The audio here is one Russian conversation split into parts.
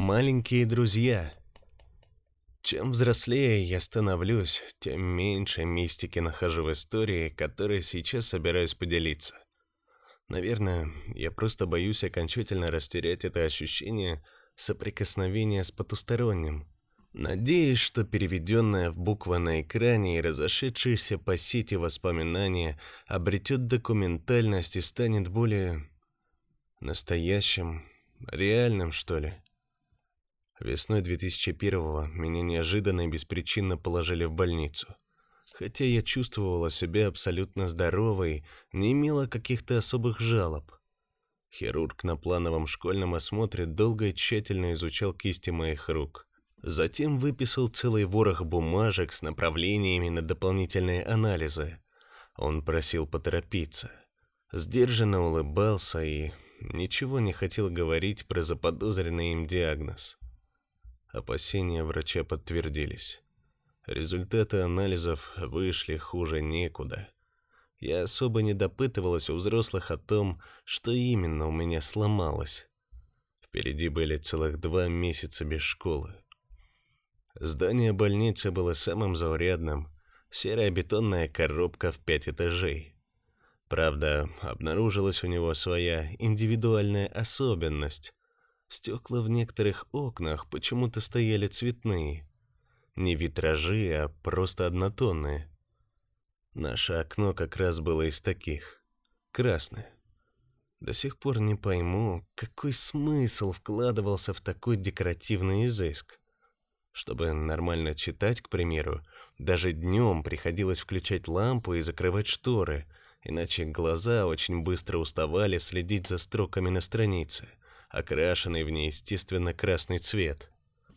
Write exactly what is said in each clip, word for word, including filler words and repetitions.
Маленькие друзья. Чем взрослее я становлюсь, тем меньше мистики нахожу в истории, которой сейчас собираюсь поделиться. Наверное, я просто боюсь окончательно растерять это ощущение соприкосновения с потусторонним. Надеюсь, что переведенное в буквы на экране и разошедшиеся по сети воспоминания обретет документальность и станет более настоящим, реальным, что ли. Весной две тысячи первого меня неожиданно и беспричинно положили в больницу. Хотя я чувствовала себя абсолютно здоровой, не имела каких-то особых жалоб. Хирург на плановом школьном осмотре долго и тщательно изучал кисти моих рук. Затем выписал целый ворох бумажек с направлениями на дополнительные анализы. Он просил поторопиться. Сдержанно улыбался и ничего не хотел говорить про заподозренный им диагноз. Опасения врача подтвердились. Результаты анализов вышли хуже некуда. Я особо не допытывалась у взрослых о том, что именно у меня сломалось. Впереди были целых два месяца без школы. Здание больницы было самым заурядным. Серая бетонная коробка в пять этажей. Правда, обнаружилась у него своя индивидуальная особенность. Стекла в некоторых окнах почему-то стояли цветные. Не витражи, а просто однотонные. Наше окно как раз было из таких. Красное. До сих пор не пойму, какой смысл вкладывался в такой декоративный изыск. Чтобы нормально читать, к примеру, даже днем приходилось включать лампу и закрывать шторы, иначе глаза очень быстро уставали следить за строками на странице, окрашенный в неестественно красный цвет.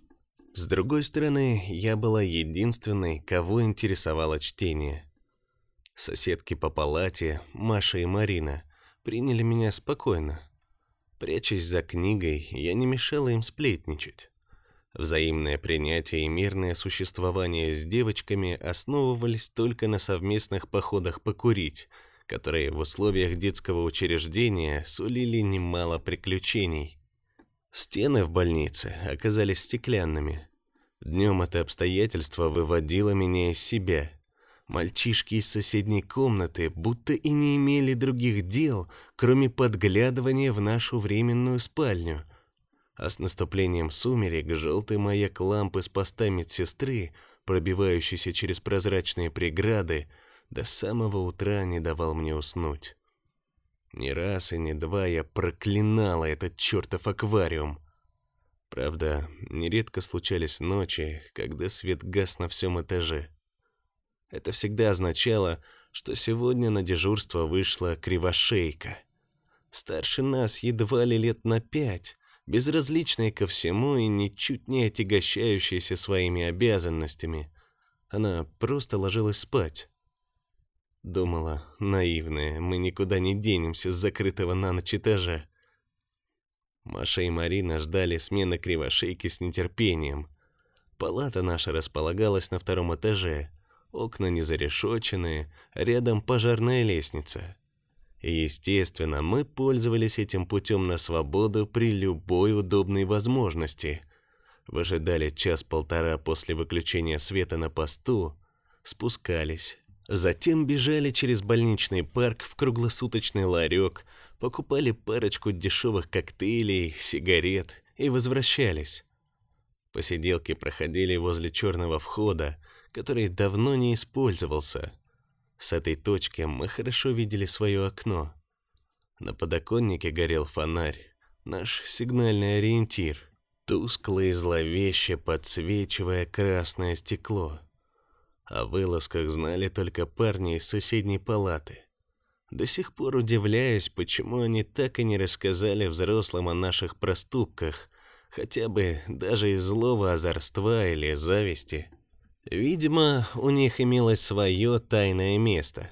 С другой стороны, я была единственной, кого интересовало чтение. Соседки по палате, Маша и Марина, приняли меня спокойно. Прячась за книгой, я не мешала им сплетничать. Взаимное принятие и мирное существование с девочками основывались только на совместных походах покурить, которые в условиях детского учреждения сулили немало приключений. Стены в больнице оказались стеклянными. Днем это обстоятельство выводило меня из себя. Мальчишки из соседней комнаты будто и не имели других дел, кроме подглядывания в нашу временную спальню. А с наступлением сумерек желтый маяк лампы с поста медсестры, пробивающийся через прозрачные преграды, до самого утра не давал мне уснуть. Не раз и не два я проклинала этот чертов аквариум. Правда, нередко случались ночи, когда свет гас на всем этаже. Это всегда означало, что сегодня на дежурство вышла кривошейка. Старше нас едва ли лет на пять, безразличная ко всему и ничуть не отягощающаяся своими обязанностями. Она просто ложилась спать. Думала, наивная, мы никуда не денемся с закрытого на ночь этажа. Маша и Марина ждали смены кривошейки с нетерпением. Палата наша располагалась на втором этаже, окна не зарешоченные, рядом пожарная лестница. И, естественно, мы пользовались этим путем на свободу при любой удобной возможности. Выжидали час-полтора после выключения света на посту, спускались. Затем бежали через больничный парк в круглосуточный ларек, покупали парочку дешевых коктейлей, сигарет и возвращались. Посиделки проходили возле черного входа, который давно не использовался. С этой точки мы хорошо видели свое окно. На подоконнике горел фонарь, наш сигнальный ориентир, тускло и зловеще подсвечивая красное стекло. О вылазках знали только парни из соседней палаты. До сих пор удивляюсь, почему они так и не рассказали взрослым о наших проступках, хотя бы даже из злого озорства или зависти. Видимо, у них имелось свое тайное место.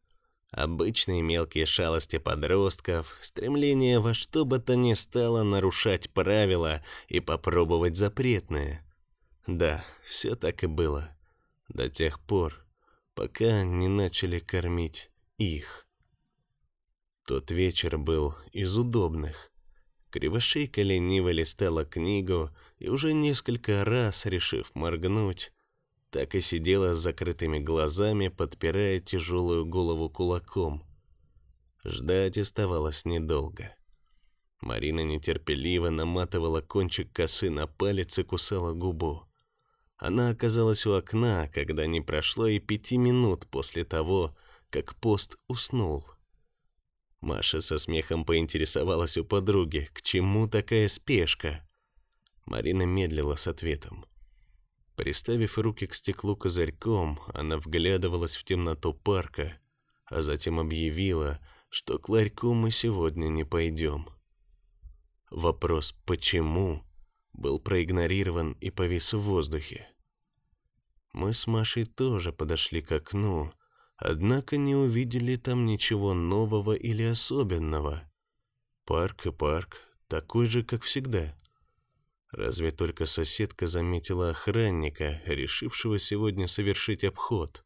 Обычные мелкие шалости подростков, стремление во что бы то ни стало нарушать правила и попробовать запретное. Да, все так и было. До тех пор, пока не начали кормить их. Тот вечер был из удобных. Кривошейка лениво листала книгу и уже несколько раз, решив моргнуть, так и сидела с закрытыми глазами, подпирая тяжелую голову кулаком. Ждать оставалось недолго. Марина нетерпеливо наматывала кончик косы на палец и кусала губу. Она оказалась у окна, когда не прошло и пяти минут после того, как пост уснул. Маша со смехом поинтересовалась у подруги, к чему такая спешка. Марина медлила с ответом. Приставив руки к стеклу козырьком, она вглядывалась в темноту парка, а затем объявила, что к ларьку мы сегодня не пойдем. Вопрос «почему?» был проигнорирован и повис в воздухе. Мы с Машей тоже подошли к окну, однако не увидели там ничего нового или особенного. Парк и парк, такой же, как всегда. Разве только соседка заметила охранника, решившего сегодня совершить обход.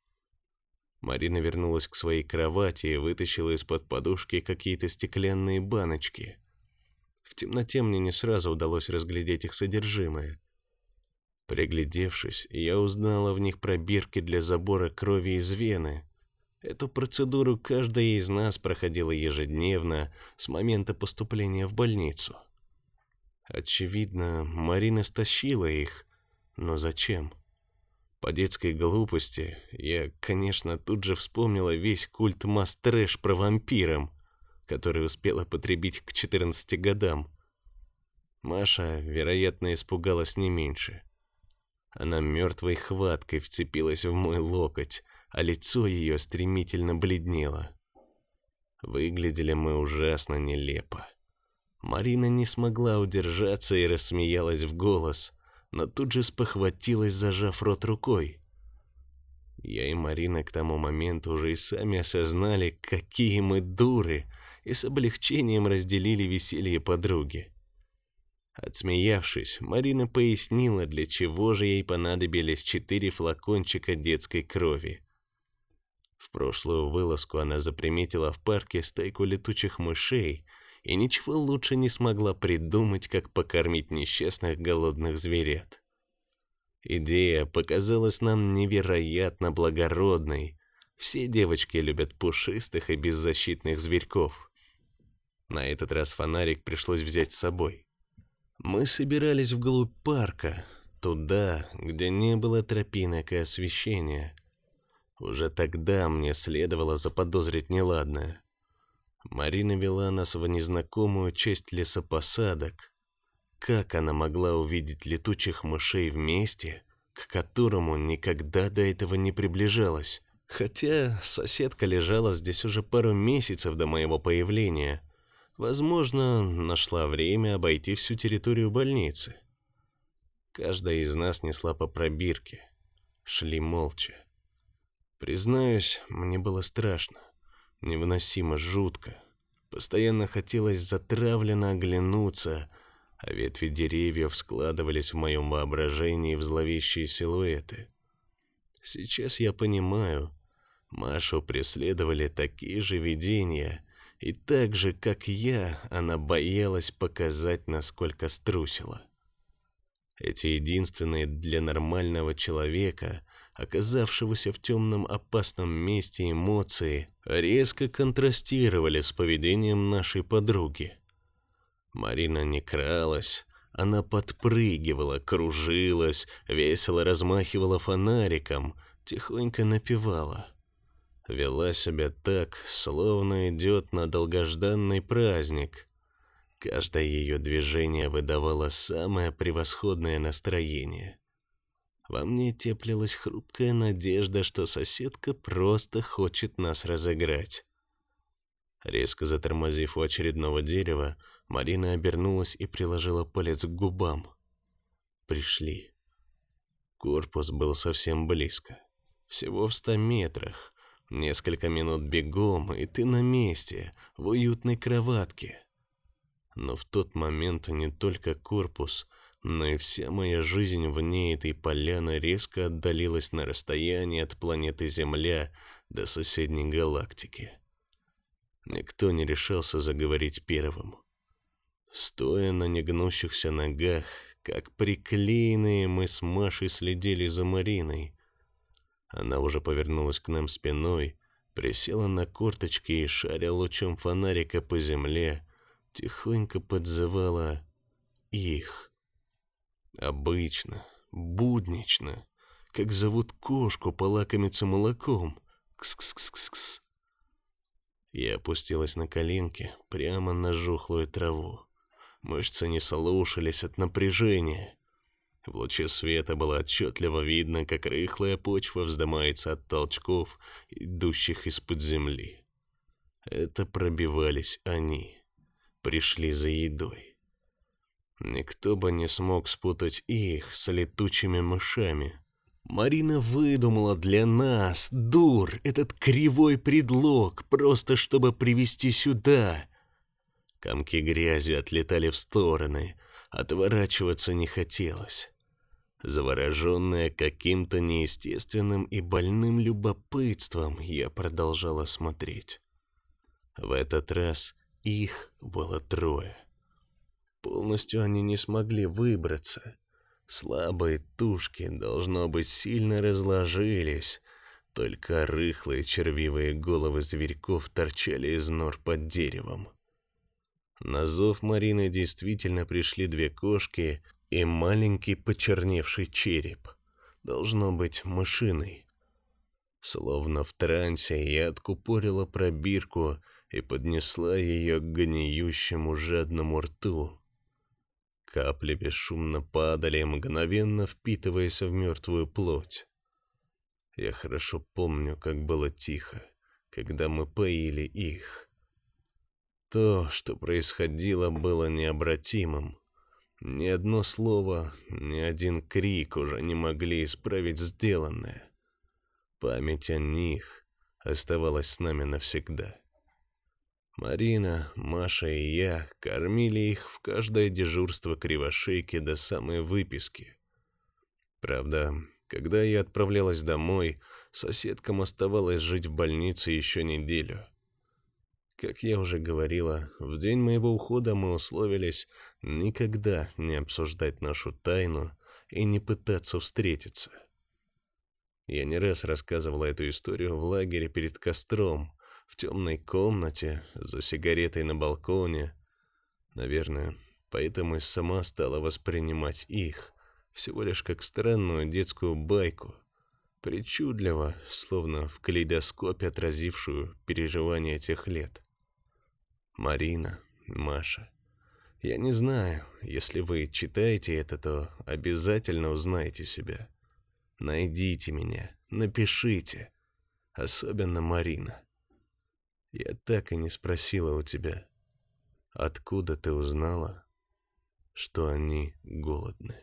Марина вернулась к своей кровати и вытащила из-под подушки какие-то стеклянные баночки. В темноте мне не сразу удалось разглядеть их содержимое. Приглядевшись, я узнала в них пробирки для забора крови из вены. Эту процедуру каждая из нас проходила ежедневно с момента поступления в больницу. Очевидно, Марина стащила их, но зачем? По детской глупости я, конечно, тут же вспомнила весь культ масс-трэш про вампиров, который успела потребить к четырнадцати годам. Маша, вероятно, испугалась не меньше. Она мертвой хваткой вцепилась в мой локоть, а лицо ее стремительно бледнело. Выглядели мы ужасно нелепо. Марина не смогла удержаться и рассмеялась в голос, но тут же спохватилась, зажав рот рукой. Я и Марина к тому моменту уже и сами осознали, какие мы дуры, и с облегчением разделили веселье подруги. Отсмеявшись, Марина пояснила, для чего же ей понадобились четыре флакончика детской крови. В прошлую вылазку она заприметила в парке стайку летучих мышей и ничего лучше не смогла придумать, как покормить несчастных голодных зверят. Идея показалась нам невероятно благородной. Все девочки любят пушистых и беззащитных зверьков. На этот раз фонарик пришлось взять с собой. Мы собирались вглубь парка, туда, где не было тропинок и освещения. Уже тогда мне следовало заподозрить неладное. Марина вела нас в незнакомую часть лесопосадок. Как она могла увидеть летучих мышей в месте, к которому никогда до этого не приближалась? Хотя соседка лежала здесь уже пару месяцев до моего появления. Возможно, нашла время обойти всю территорию больницы. Каждая из нас несла по пробирке. Шли молча. Признаюсь, мне было страшно, невыносимо жутко. Постоянно хотелось затравленно оглянуться, а ветви деревьев складывались в моем воображении в зловещие силуэты. Сейчас я понимаю, Машу преследовали такие же видения, и так же, как я, она боялась показать, насколько струсила. Эти единственные для нормального человека, оказавшегося в темном опасном месте, эмоции резко контрастировали с поведением нашей подруги. Марина не кралась, она подпрыгивала, кружилась, весело размахивала фонариком, тихонько напевала. Вела себя так, словно идет на долгожданный праздник. Каждое ее движение выдавало самое превосходное настроение. Во мне теплилась хрупкая надежда, что соседка просто хочет нас разыграть. Резко затормозив у очередного дерева, Марина обернулась и приложила палец к губам. Пришли. Корпус был совсем близко. Всего в ста метрах. Несколько минут бегом, и ты на месте, в уютной кроватке. Но в тот момент не только корпус, но и вся моя жизнь вне этой поляны резко отдалилась на расстояние от планеты Земля до соседней галактики. Никто не решался заговорить первым. Стоя на негнущихся ногах, как приклеенные, мы с Машей следили за Мариной. Она уже повернулась к нам спиной, присела на корточки и, шаря лучом фонарика по земле, тихонько подзывала их. Обычно, буднично, как зовут кошку полакомиться молоком. Кс-кс-кс-кс. Я опустилась на коленки прямо на жухлую траву. Мышцы не слушались от напряжения. В луче света было отчетливо видно, как рыхлая почва вздымается от толчков, идущих из-под земли. Это пробивались они. Пришли за едой. Никто бы не смог спутать их с летучими мышами. Марина выдумала для нас, дур, этот кривой предлог, просто чтобы привести сюда. Комки грязи отлетали в стороны, отворачиваться не хотелось. Завороженная каким-то неестественным и больным любопытством, я продолжала смотреть. В этот раз их было трое. Полностью они не смогли выбраться. Слабые тушки, должно быть, сильно разложились. Только рыхлые червивые головы зверьков торчали из нор под деревом. На зов Марины действительно пришли две кошки и маленький почерневший череп. Должно быть, мышиный. Словно в трансе я откупорила пробирку и поднесла ее к гниющему жадному рту. Капли бесшумно падали, мгновенно впитываясь в мертвую плоть. Я хорошо помню, как было тихо, когда мы поили их. То, что происходило, было необратимым. Ни одно слово, ни один крик уже не могли исправить сделанное. Память о них оставалась с нами навсегда. Марина, Маша и я кормили их в каждое дежурство кривошейки до самой выписки. Правда, когда я отправлялась домой, соседкам оставалось жить в больнице еще неделю. Как я уже говорила, в день моего ухода мы условились никогда не обсуждать нашу тайну и не пытаться встретиться. Я не раз рассказывала эту историю в лагере перед костром, в темной комнате, за сигаретой на балконе. Наверное, поэтому и сама стала воспринимать их всего лишь как странную детскую байку, причудливо, словно в калейдоскопе отразившую переживания тех лет. Марина, Маша. Я не знаю, если вы читаете это, то обязательно узнаете себя. Найдите меня, напишите. Особенно Марина. Я так и не спросила у тебя, откуда ты узнала, что они голодны.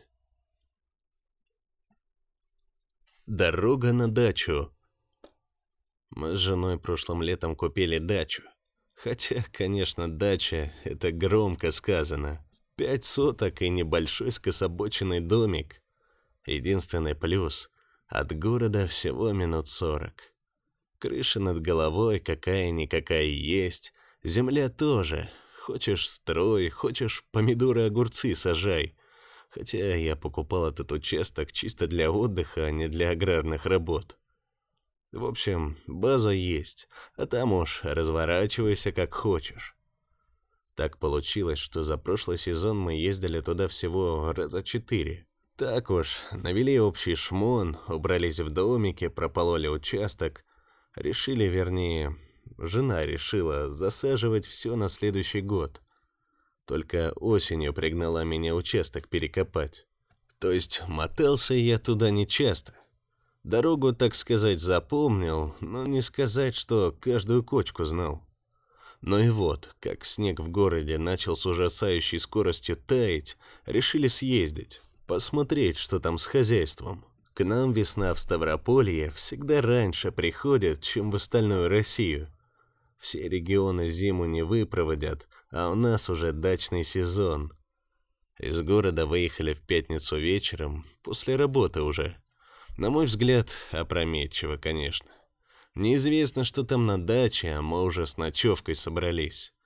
Дорога на дачу. Мы с женой прошлым летом купили дачу. Хотя, конечно, дача — это громко сказано. Пять соток и небольшой скособоченный домик. Единственный плюс — от города всего минут сорок. Крыша над головой какая-никакая есть, земля тоже. Хочешь — строй, хочешь — помидоры, огурцы сажай. Хотя я покупал этот участок чисто для отдыха, а не для аграрных работ. В общем, база есть, а там уж разворачивайся как хочешь. Так получилось, что за прошлый сезон мы ездили туда всего раза четыре. Так уж, навели общий шмон, убрались в домике, пропололи участок. Решили, вернее, жена решила засаживать все на следующий год. Только осенью пригнала меня участок перекопать. То есть мотался я туда нечасто. Дорогу, так сказать, запомнил, но не сказать, что каждую кочку знал. Но и вот, как снег в городе начал с ужасающей скоростью таять, решили съездить, посмотреть, что там с хозяйством. К нам весна в Ставрополье всегда раньше приходит, чем в остальную Россию. Все регионы зиму не выпроводят, а у нас уже дачный сезон. Из города выехали в пятницу вечером, после работы уже. На мой взгляд, опрометчиво, конечно. Неизвестно, что там на даче, а мы уже с ночевкой собрались.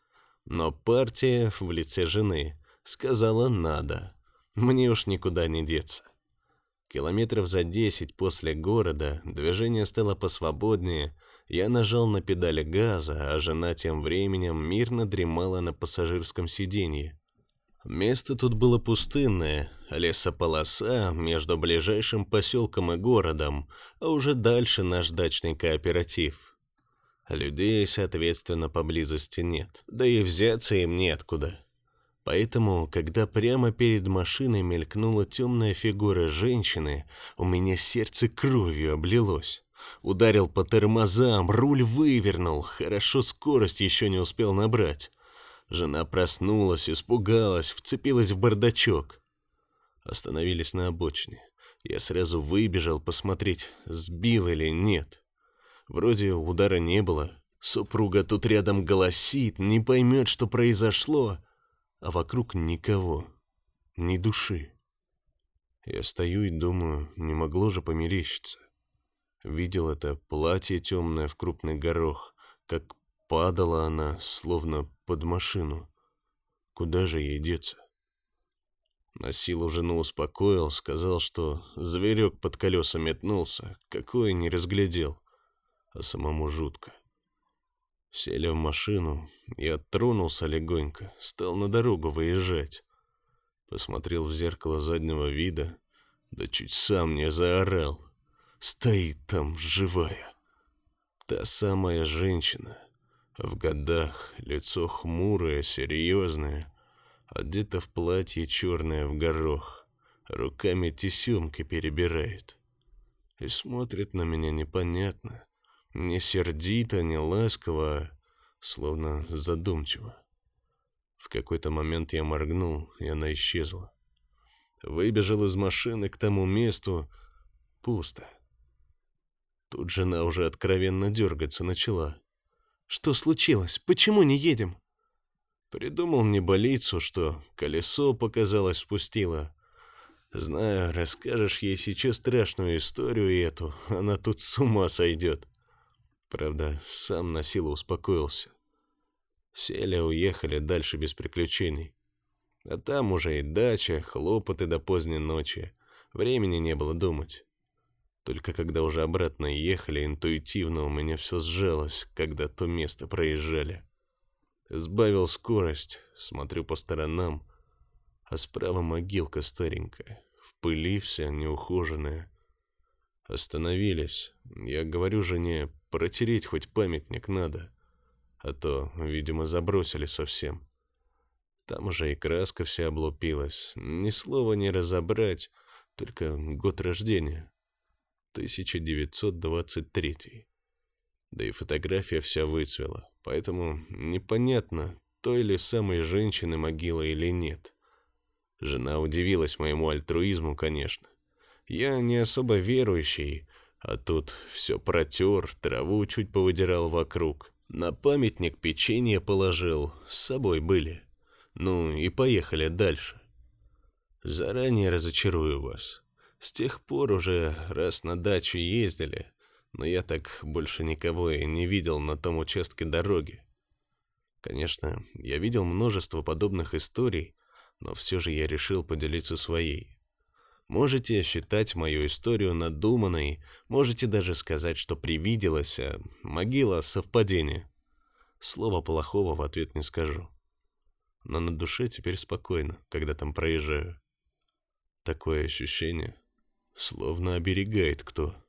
Но партия в лице жены сказала «надо». Мне уж никуда не деться. Километров за десять после города движение стало посвободнее, я нажал на педали газа, а жена тем временем мирно дремала на пассажирском сиденье. Место тут было пустынное, лесополоса между ближайшим поселком и городом, а уже дальше наш дачный кооператив. Людей, соответственно, поблизости нет, да и взяться им неоткуда. Поэтому, когда прямо перед машиной мелькнула темная фигура женщины, у меня сердце кровью облилось. Ударил по тормозам, руль вывернул, хорошо скорость еще не успел набрать. Жена проснулась, испугалась, вцепилась в бардачок. Остановились на обочине. Я сразу выбежал посмотреть, сбил или нет. Вроде удара не было. Супруга тут рядом голосит, не поймет, что произошло. А вокруг никого, ни души. Я стою и думаю, не могло же померещиться. Видел это платье темное в крупный горох, как падала она, словно под машину. Куда же ей деться? На силу жену успокоил, сказал, что зверек под колеса метнулся, какой не разглядел, а самому жутко. Сели в машину, я тронулся легонько, стал на дорогу выезжать. Посмотрел в зеркало заднего вида, да чуть сам не заорал. Стоит там живая. Та самая женщина, в годах, лицо хмурое, серьезное, одета в платье черное в горох, руками тесемки перебирает. И смотрит на меня непонятно. Не сердито, не ласково, а словно задумчиво. В какой-то момент я моргнул, и она исчезла. Выбежал из машины к тому месту. Пусто. Тут жена уже откровенно дергаться начала. «Что случилось? Почему не едем?» Придумал мне болицу, что колесо, показалось, спустило. Знаю, расскажешь ей сейчас страшную историю эту, она тут с ума сойдет. Правда, сам на силу успокоился. Сели, уехали дальше без приключений. А там уже и дача, хлопоты до поздней ночи. Времени не было думать. Только когда уже обратно ехали, интуитивно у меня все сжалось, когда то место проезжали. Сбавил скорость, смотрю по сторонам, а справа могилка старенькая, в пыли вся неухоженная. Остановились. Я говорю жене, протереть хоть памятник надо, а то, видимо, забросили совсем. Там уже и краска вся облупилась, ни слова не разобрать, только год рождения. тысяча девятьсот двадцать третий. Да и фотография вся выцвела, поэтому непонятно, той ли самой женщины могила или нет. Жена удивилась моему альтруизму, конечно. Я не особо верующий, а тут все протер, траву чуть повыдирал вокруг. На памятник печенье положил, с собой были. Ну и поехали дальше. Заранее разочарую вас. С тех пор уже раз на дачу ездили, но я так больше никого и не видел на том участке дороги. Конечно, я видел множество подобных историй, но все же я решил поделиться своей. Можете считать мою историю надуманной, можете даже сказать, что привиделось, а могила — совпадение. Слова плохого в ответ не скажу. Но на душе теперь спокойно, когда там проезжаю. Такое ощущение, словно оберегает кто.